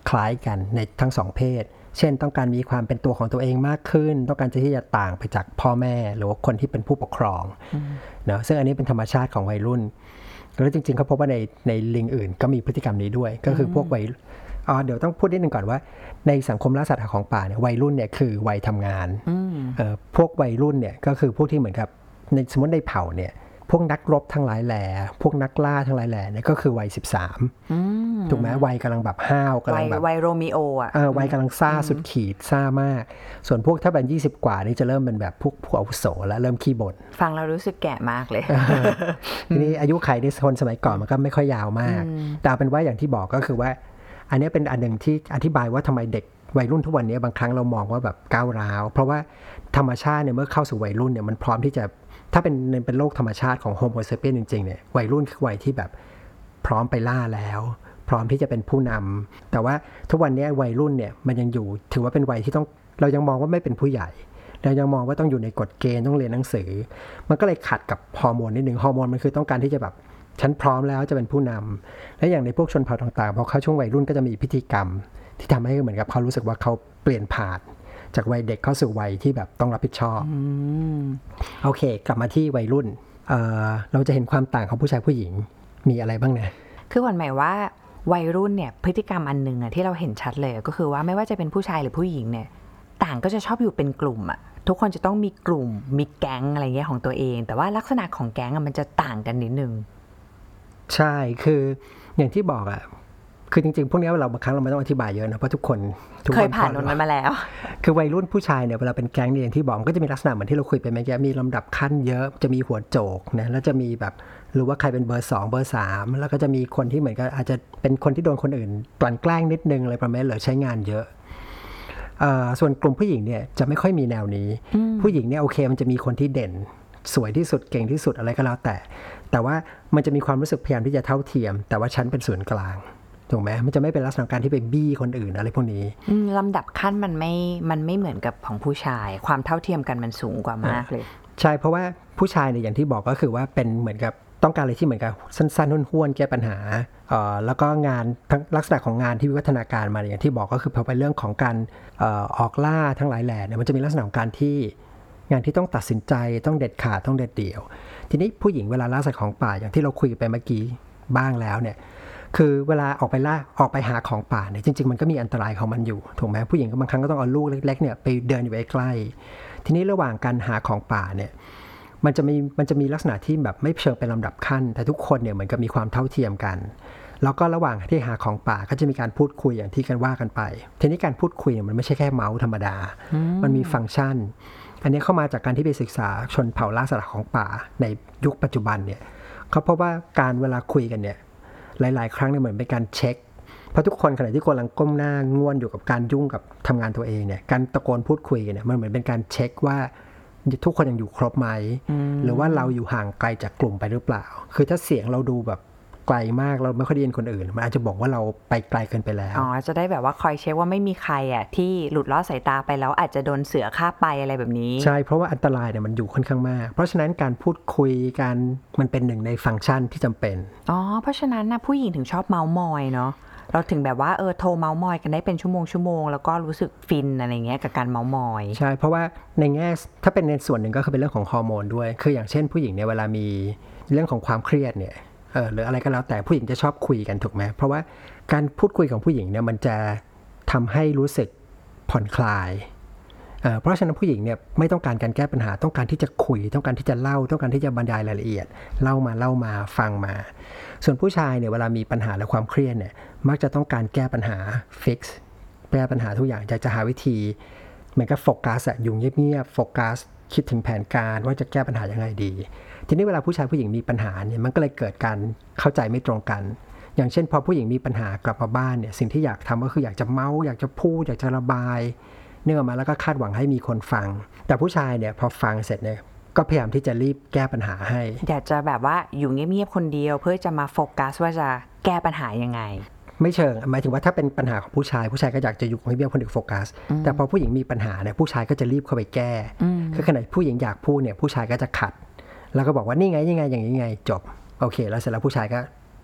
คล้ายกันในทั้งสองเพศเช่นต้องการมีความเป็นตัวของตัวเองมากขึ้นต้องการที่จะต่างไปจากพ่อแม่หรือว่าคนที่เป็นผู้ปกครองเนาะซึ่งอันนี้เป็นธรรมชาติของวัยรุ่นแล้วจริงๆเขาพบว่าในลิงอื่นก็มีพฤติกรรมนี้ด้วยก็คือพวกวัยเดี๋ยวต้องพูดนิดนึงก่อนว่าในสังคมล่าสัตว์ของป่าเนี่ยวัยรุ่นเนี่ยคือวัยทำงานพวกวัยรุ่นเนี่ยก็คือพวกที่เหมือนกับในสมมติในเผ่าเนี่ยพวกนักรบทั้งหลายแหล่พวกนักล่าทั้งหลายแหล่เนี่ยก็คือวัย13ถูกไหมวัยกำลังแบบห้าวกำลังแบบวัยโรมิโออ่ะวัยกำลังซ่าสุดขีดซ่ามากส่วนพวกถ้าเป็น20กว่านี่จะเริ่มเป็นแบบพวกอาวุโสแล้วเริ่มขี้บ่นฟังเรารู้สึกแก่มากเลยทีนี้อายุขัยในคนสมัยก่อนมันก็ไม่ค่อยยาวมากแต่เป็นว่าอย่างที่บอกก็คือว่าอันนี้เป็นอันหนึ่งที่อธิบายว่าทำไมเด็กวัยรุ่นทุกวันนี้บางครั้งเรามองว่าแบบก้าวร้าวเพราะว่าธรรมชาติเนี่ยเมื่อเข้าสู่วัยรุ่นเนี่ยมันพร้อมที่จะถ้าเป็นโลกธรรมชาติของโฮโมเซเปียนจริงๆเนี่ยวัยรุ่นคือวัยที่แบบพร้อมไปล่าแล้วพร้อมที่จะเป็นผู้นำแต่ว่าทุกวันนี้วัยรุ่นเนี่ยมันยังอยู่ถือว่าเป็นวัยที่ต้องเรายังมองว่าไม่เป็นผู้ใหญ่เรายังมองว่าต้องอยู่ในกฎเกณฑ์ต้องเรียนหนังสือมันก็เลยขัดกับฮอร์โมนนิดนึงฮอร์โมนมันคือต้องการที่จะแบบฉันพร้อมแล้วจะเป็นผู้นำและอย่างในพวกชนเผ่าต่างๆพอเข้าช่วงวัยรุ่นก็จะมีพิธีกรรมที่ทำให้เหมือนกับเขารู้สึกว่าเขาเปลี่ยนผ่านจากวัยเด็กเข้าสู่วัยที่แบบต้องรับผิดชอบโอเคกลับมาที่วัยรุ่นเราจะเห็นความต่างของผู้ชายผู้หญิงมีอะไรบ้างเนี่ยคือหมายว่าวัยรุ่นเนี่ยพฤติกรรมอันนึงที่เราเห็นชัดเลยก็คือว่าไม่ว่าจะเป็นผู้ชายหรือผู้หญิงเนี่ยต่างก็จะชอบอยู่เป็นกลุ่มอะทุกคนจะต้องมีกลุ่มมีแก๊งอะไรเงี้ยของตัวเองแต่ว่าลักษณะของแก๊งมันจะต่างกันนิดนึงใช่คืออย่างที่บอกอะคือจริงๆพวกนี้เราบางครั้งเราไม่ต้องอธิบายเยอะนะเพราะทุกคนเคยผ่านตรงนั้นมาแล้วคือวัยรุ่นผู้ชายเนี่ยเวลาเป็นแก๊งเนี่ยอย่างที่บอกมันก็จะมีลักษณะเหมือนที่เราคุยไปเมื่อกี้มีลำดับขั้นเยอะจะมีหัวโจกนะแล้วจะมีแบบหรือว่าใครเป็นเบอร์2เบอร์3แล้วก็จะมีคนที่เหมือนกับอาจจะเป็นคนที่โดนคนอื่นกลั่นแกล้งนิดนึงอะไรประมาณหรือใช้งานเยอะส่วนกลุ่มผู้หญิงเนี่ยจะไม่ค่อยมีแนวนี้ผู้หญิงเนี่ยโอเคมันจะมีคนที่เด่นสวยที่สุดเก่งที่สุดอะไรก็แล้วแต่ว่ามันจะมีความรู้สึกพยายามที่จะเท่าเทียมแต่ว่าฉันเป็นศูนย์กลางถูกไหมมันจะไม่เป็นลักษณะการที่ไปบี้คนอื่นอะไรพวกนี้ลำดับขั้นมันไม่เหมือนกับของผู้ชายความเท่าเทียมกันมันสูงกว่ามากเลยใช่เพราะว่าผู้ชายเนี่ยอย่างที่บอกก็คือว่าเป็นเหมือนกับต้องการอะไรที่เหมือนกับสั้นๆห้วนๆแก้ปัญหาแล้วก็งานทั้งลักษณะของงานที่วิวัฒนาการมาอย่างที่บอกก็คือพอไปเรื่องของการออกล่าทั้งหลายแหล่เนี่ยมันจะมีลักษณะของการที่งานที่ต้องตัดสินใจต้องเด็ดขาดต้องเด็ดเดี่ยวทีนี้ผู้หญิงเวลาล่าสัตว์ของป่าอย่างที่เราคุยไปเมื่อกี้บ้างแล้วเนี่ยคือเวลาออกไปหาของป่าเนี่ยจริงๆมันก็มีอันตรายของมันอยู่ถูกไหมผู้หญิงก็บางครั้งก็ต้องเอาลูกเล็กๆเนี่ยไปเดินอยู่ใกล้ๆทีนี้ระหว่างการหาของป่าเนี่ยมันจะมีลักษณะที่แบบไม่เชิงเป็นลำดับขั้นแต่ทุกคนเนี่ยเหมือนกับมีความเท่าเทียมกันแล้วก็ระหว่างที่หาของป่าก็จะมีการพูดคุยอย่างที่กันว่ากันไปทีนี้การพูดคุยเนี่ยมันไม่ใช่แค่เมาส์ธรรมดามันมีฟังก์ชันอันนี้เข้ามาจากการที่ไปศึกษาชนเผ่าล่าสัตว์ของป่าในยุคปัจจุบันเนี่ยเขาพบว่าการเวลาคุยกันเนี่ยหลายๆครั้งเนี่ยเหมือนเป็นการเช็คเพราะทุกคนขณะที่กำลังก้มหน้าง่วนอยู่กับการยุ่งกับทำงานตัวเองเนี่ยการตะโกนพูดคุยกันเนี่ยมันเหมือนเป็นการเช็คว่าทุกคนยังอยู่ครบไหมหรือว่าเราอยู่ห่างไกลจากกลุ่มไปหรือเปล่าคือถ้าเสียงเราดูแบบไกลมากเราไม่ค่อยได้ยินคนอื่นมันอาจจะบอกว่าเราไปไกลเกินไปแล้วจะได้แบบว่าคอยเช็คว่าไม่มีใครที่หลุดลอดสายตาไปแล้วอาจจะโดนเสือฆ่าไปอะไรแบบนี้ใช่เพราะว่าอันตรายเนี่ยมันอยู่ค่อนข้างมากเพราะฉะนั้นการพูดคุยกันมันเป็นหนึ่งในฟังก์ชันที่จำเป็นเพราะฉะนั้นนะผู้หญิงถึงชอบเมาส์มอยเนาะเราถึงแบบว่าโทรเมาส์มอยกันได้เป็นชั่วโมงแล้วก็รู้สึกฟินอะไรเงี้ยกับการเมาส์มอยใช่เพราะว่าในแง่ถ้าเป็นในส่วนหนึ่งก็คือเป็นเรื่องของฮอร์โมนด้วยคืออย่างเช่นผู้หญิงเนี่ยเวลามีเรื่องของความเครียดเนี่ยหรืออะไรก็แล้วแต่ผู้หญิงจะชอบคุยกันถูกไหมเพราะว่าการพูดคุยของผู้หญิงเนี่ยมันจะทำให้รู้สึกผ่อนคลายเพราะฉะนั้นผู้หญิงเนี่ยไม่ต้องการการแก้ปัญหาต้องการที่จะคุยต้องการที่จะเล่าต้องการที่จะบรรยายรายละเอียดเล่ามาฟังมาส่วนผู้ชายเนี่ยเวลามีปัญหาและความเครียดเนี่ยมักจะต้องการแก้ปัญหาฟิกซ์แก้ปัญหาทุกอย่างจะหาวิธีเหมือนกับโฟกัสอยู่เงียบๆโฟกัสคิดถึงแผนการว่าจะแก้ปัญหายังไงดีทีนี้เวลาผู้ชายผู้หญิงมีปัญหาเนี่ยมันก็เลยเกิดการเข้าใจไม่ตรงกันอย่างเช่นพอผู้หญิงมีปัญหากลับมาบ้านเนี่ยสิ่งที่อยากทำก็คืออยากจะเมาอยากจะพูดอยากจะระบายเนื่องมาแล้วก็คาดหวังให้มีคนฟังแต่ผู้ชายเนี่ยพอฟังเสร็จเนี่ยก็พยายามที่จะรีบแก้ปัญหาให้อยากจะแบบว่าอยู่เงียบๆคนเดียวเพื่อจะมาโฟกัสว่าจะแก้ปัญหายังไงไม่เชิงหมายถึงว่าถ้าเป็นปัญหาของผู้ชายก็อยากจะอยู่ให้เบี้ยคนอื่นโฟกัสแต่พอผู้หญิงมีปัญหาเนี่ยผู้ชายก็จะรีบเข้าไปแก้คือขณะผู้หญิงอยากพูดเนี่ยผู้ชายก็จะขัดแล้วก็บอกว่านี่ไงอย่างนี้ไงจบโอเคแล้วเสร็จแล้วผู้ชายก็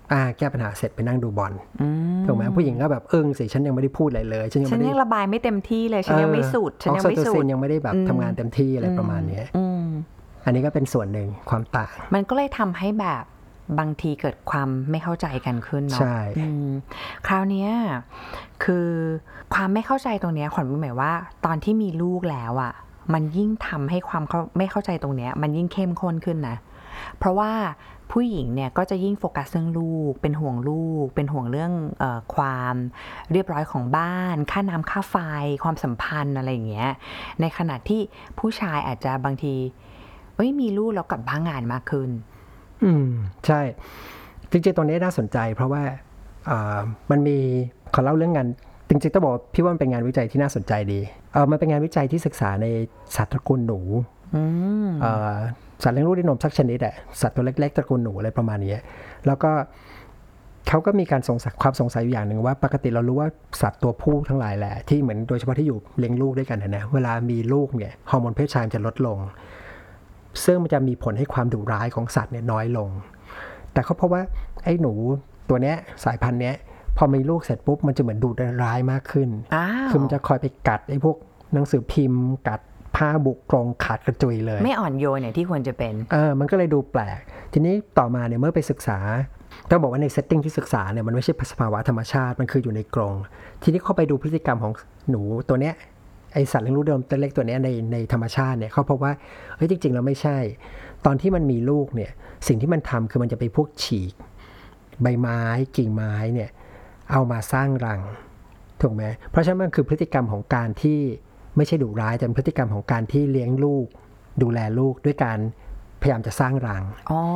แก้ปัญหาเสร็จไปนั่งดูบอลถูกไหมผู้หญิงก็แบบสิฉันยังไม่ได้พูดอะไรเลยฉันยังระบายไม่เต็มที่เลยฉันยังไม่สุดฉันยังไม่สุดยังไม่ได้แบบทำงานเต็มที่อะไรประมาณนี้อันนี้ก็เป็นส่วนหนึ่งความต่างมันก็เลยทำให้แบบบางทีเกิดความไม่เข้าใจกันขึ้นเนาะใช่คราวนี้คือความไม่เข้าใจตรงนี้ขวัญหมายว่าตอนที่มีลูกแล้วอ่ะมันยิ่งทำให้ความไม่เข้าใจตรงนี้มันยิ่งเข้มข้นขึ้นนะเพราะว่าผู้หญิงเนี่ยก็จะยิ่งโฟกัสเรื่องลูกเป็นห่วงลูกเป็นห่วงเรื่องความเรียบร้อยของบ้านค่าน้ำค่าไฟความสัมพันธ์อะไรอย่างเงี้ยในขณะที่ผู้ชายอาจจะบางทีมีลูกแล้วกลับบ้านงานมากขึ้นใช่จริงๆตรงนี้น่าสนใจเพราะว่ามันมีขอเล่าเรื่องงานจริงๆต้องบอกพี่ว่ามันเป็นงานวิจัยที่น่าสนใจดีมันเป็นงานวิจัยที่ศึกษาในสัตว์ตระกูลหนูสัตว์เลี้ยงลูกด้วยนมสักชนิดสัตว์ตัวเล็กๆตระกูลหนูอะไรประมาณนี้แล้วก็เขาก็มีการความสงสัยอยู่อย่างหนึ่งว่าปกติเรารู้ว่าสัตว์ตัวผู้ทั้งหลายแหละที่เหมือนโดยเฉพาะที่อยู่เลี้ยงลูกด้วยกันนะเวลามีลูกเนี่ยฮอร์โมนเพศชายจะลดลงซึ่งมันจะมีผลให้ความดุร้ายของสัตว์เนี่ยน้อยลงแต่เขาพบว่าไอ้หนูตัวเนี้ยสายพันธุ์เนี้ยพอมีลูกเสร็จปุ๊บมันจะเหมือนดุร้ายมากขึ้นคือมันจะคอยไปกัดไอ้พวกหนังสือพิมพ์กัดผ้าบุกรงขาดกระจุยเลยไม่อ่อนโยนเนี่ยที่ควรจะเป็นมันก็เลยดูแปลกทีนี้ต่อมาเนี่ยเมื่อไปศึกษาต้องบอกว่าในเซตติ้งที่ศึกษาเนี่ยมันไม่ใช่สภาวะธรรมชาติมันคืออยู่ในกรงทีนี้เข้าไปดูพฤติกรรมของหนูตัวเนี้ยไอสัตว์เลี้ยงลูกเดิมตัวเล็กตัวนี้ในธรรมชาติเนี่ยเขาพบว่าจริงๆแล้วไม่ใช่ตอนที่มันมีลูกเนี่ยสิ่งที่มันทำคือมันจะไปพวกฉีกใบไม้กิ่งไม้เนี่ยเอามาสร้างรังถูกไหมเพราะฉะนั้นมันคือพฤติกรรมของการที่ไม่ใช่ดุร้ายแต่เป็นพฤติกรรมของการที่เลี้ยงลูกดูแลลูกด้วยการพยายามจะสร้างรัง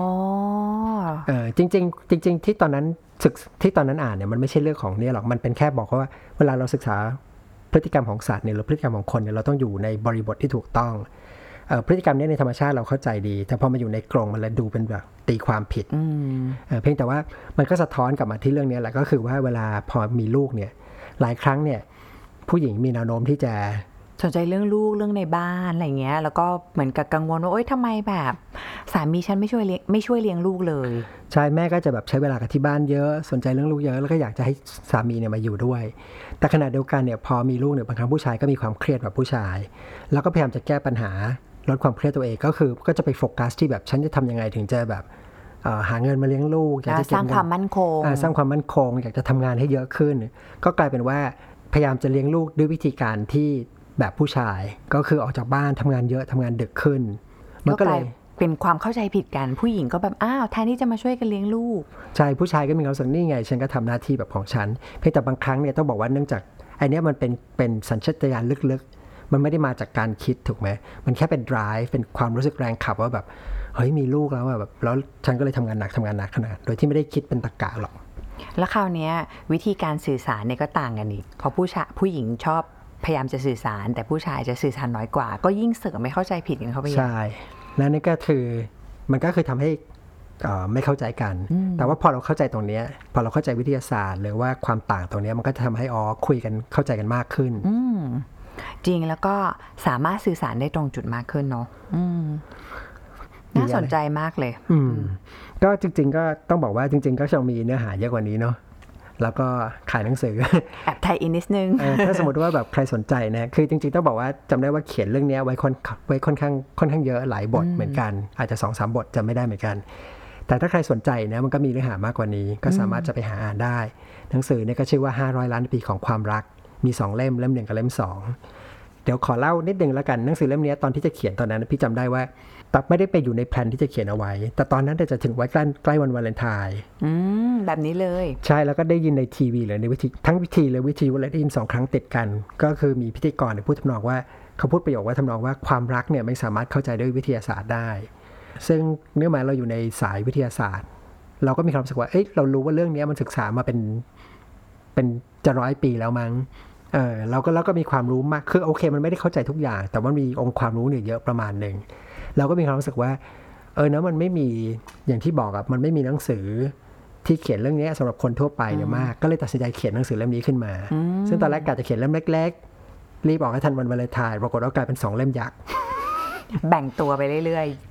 จริงที่ตอนนั้นอ่านเนี่ยมันไม่ใช่เรื่องของเนี่ยหรอกมันเป็นแค่บอกว่าเวลาเราศึกษาพฤติกรรมของสัตว์เนี่ยหรือพฤติกรรมของคนเนี่ยเราต้องอยู่ในบริบทที่ถูกต้องพฤติกรรมนี้ในธรรมชาติเราเข้าใจดีแต่พอมาอยู่ในกรงมันเลยดูเป็นแบบตีความผิดเพียงแต่ว่ามันก็สะท้อนกลับมาที่เรื่องนี้แหละก็คือว่าเวลาพอมีลูกเนี่ยหลายครั้งเนี่ยผู้หญิงมีแนวโน้มที่จะสนใจเรื่องลูกเรื่องในบ้านอะไรเงี้ยแล้วก็เหมือนกับกังวลว่าทำไมแบบสามีฉันไม่ช่วยเลี้ยงลูกเลยใช่แม่ก็จะแบบใช้เวลากับที่บ้านเยอะสนใจเรื่องลูกเยอะแล้วก็อยากจะให้สามีเนี่ยมาอยู่ด้วยแต่ขณะเดียวกันเนี่ยพอมีลูกเนี่ยบางครั้งผู้ชายก็มีความเครียดแบบผู้ชายแล้วก็พยายามจะแก้ปัญหาลดความเครียดตัวเองก็จะไปโฟกัสที่แบบฉันจะทำยังไงถึงจะแบบหาเงินมาเลี้ยงลูกอยากจะสร้างความมั่นคงสร้างความมั่นคงอยากจะทำงานให้เยอะขึ้นก็กลายเป็นว่าพยายามจะเลี้ยงลูกด้วยวิธีการที่แบบผู้ชายก็คือออกจากบ้านทำงานเยอะทำงานดึกขึ้นมันก็เลยเป็นความเข้าใจผิดกันผู้หญิงก็แบบแทนที่จะมาช่วยกันเลี้ยงลูกใช่ผู้ชายก็มีความรู้สึกนี่ไงฉันก็ทำหน้าที่แบบของฉันเพียงแต่บางครั้งเนี่ยต้องบอกว่าเนื่องจากไอ้นี้มันเป็นสัญชาตญาณลึกๆมันไม่ได้มาจากการคิดถูกไหมมันแค่เป็น drive เป็นความรู้สึกแรงขับว่าแบบเฮ้ยมีลูกแล้วแบบแล้วฉันก็เลยทำงานหนักขนาดโดยที่ไม่ได้คิดเป็นตรรกะหรอกแล้วคราวนี้วิธีการสื่อสารเนี่ยก็ต่างกันอีกเพราะผู้หญิงชอบพยายามจะสื่อสารแต่ผู้ชายจะสื่อสารน้อยกว่าก็ยิ่งเสริมไม่เข้าใจผิดกันเข้าไปใช่แล้วนี่ก็คือมันก็คือทำให้ไม่เข้าใจกันแต่ว่าพอเราเข้าใจตรงนี้พอเราเข้าใจวิทยาศาสตร์หรือว่าความต่างตรงนี้มันก็จะทำให้คุยกันเข้าใจกันมากขึ้นจริงแล้วก็สามารถสื่อสารได้ตรงจุดมากขึ้นเนาะน่าสนใจมากเลยก็จริงๆก็ต้องบอกว่าจริงๆก็จะมีเนื้อหาเยอะกว่านี้เนาะแล้วก็ขายหนังสือแอบไทยอินนิดนึงถ้าสมมติว่าแบบใครสนใจนะคือจริงๆต้องบอกว่าจำได้ว่าเขียนเรื่องนี้ไว้ค่อนข้างเยอะหลายบทเหมือนกันอาจจะ 2-3 บทจำไม่ได้เหมือนกันแต่ถ้าใครสนใจนะมันก็มีเนื้อหามากกว่านี้ก็สามารถจะไปหาอ่านได้หนังสือเนี่ยก็ชื่อว่า500 ล้านปีของความรักมี2เล่มเล่ม1กับเล่ม2เดี๋ยวขอเล่านิดนึงแล้วกันหนังสือเล่มนี้ตอนที่จะเขียนตอนนั้นพี่จำได้ว่าแต่ไม่ได้ไปอยู่ในแพลนที่จะเขียนเอาไว้แต่ตอนนั้นจะถึงไว้ใกล้วันวาเลนไทน์แบบนี้เลยใช่แล้วก็ได้ยินในทีวีหรือในทั้งวิธีเลยวิทยุและได้ยิน2 ครั้งติดกันก็คือมีพิธีกรพูดทำนองว่าเขาพูดประโยคว่าทำนองว่าความรักเนี่ยไม่สามารถเข้าใจด้วยวิทยาศาสตร์ได้ซึ่งเนื่องมาเราอยู่ในสายวิทยาศาสตร์เราก็มีความรู้สึกว่าเรารู้ว่าเรื่องนี้มันศึกษามาเป็นจะ100 ปีแล้วมั้งเราก็มีความรู้มากคือโอเคมันไม่ได้เข้าใจทุกอย่างแต่ว่ามีองค์ความรู้เนี่ยเยอะประมาณนึงเราก็มีความรู้สึกว่านะมันไม่มีอย่างที่บอกมันไม่มีหนังสือที่เขียนเรื่องนี้สำหรับคนทั่วไปเนี่ยมากก็เลยตัดสินใจเขียนหนังสือเล่มนี้ขึ้นมาซึ่งตอนแรกกะจะเขียนเล่มเล็กๆรีบออกให้ทันวันวาเลนไทน์ปรากฏว่ากลายเป็น2 เล่มยักษ์แบ่งตัวไปเรื่อย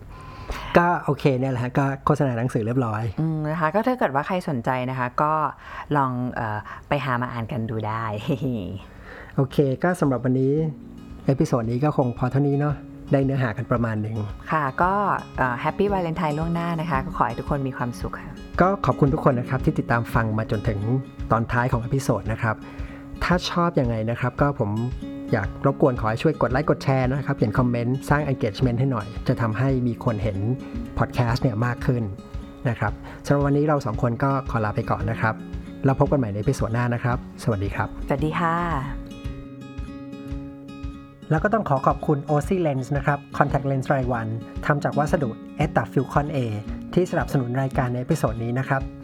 ก็โอเคเนี่ยแหละฮะก็โฆษณาหนังสือเรียบร้อยนะคะก็ถ้าเกิดว่าใครสนใจนะคะก็ลองไปหามาอ่านกันดูได้โอเคก็สำหรับวันนี้เอพิโซดนี้ก็คงพอเท่านี้เนาะได้เนื้อหากันประมาณหนึ่งค่ะก็แฮปปี้วาเลนไทน์ล่วงหน้านะคะก็ขอให้ทุกคนมีความสุขค่ะก็ขอบคุณทุกคนนะครับที่ติดตามฟังมาจนถึงตอนท้ายของเอพิโซดนะครับถ้าชอบยังไงนะครับก็ผมอยากรบกวนขอให้ช่วยกดไลค์กดแชร์นะครับเขียนคอมเมนต์สร้าง engagement ให้หน่อยจะทำให้มีคนเห็นพอดแคสต์เนี่ยมากขึ้นนะครับสำหรับวันนี้เราสองคนก็ขอลาไปก่อนนะครับแล้วพบกันใหม่ในเอพิโซดหน้านะครับสวัสดีครับสวัสดีค่ะแล้วก็ต้องขอขอบคุณ OC Lens นะครับ Contact Lens รายวันทำจากวัสดุ ETA Filcon A ที่สนับสนุนรายการในเอพิโซดนี้นะครับ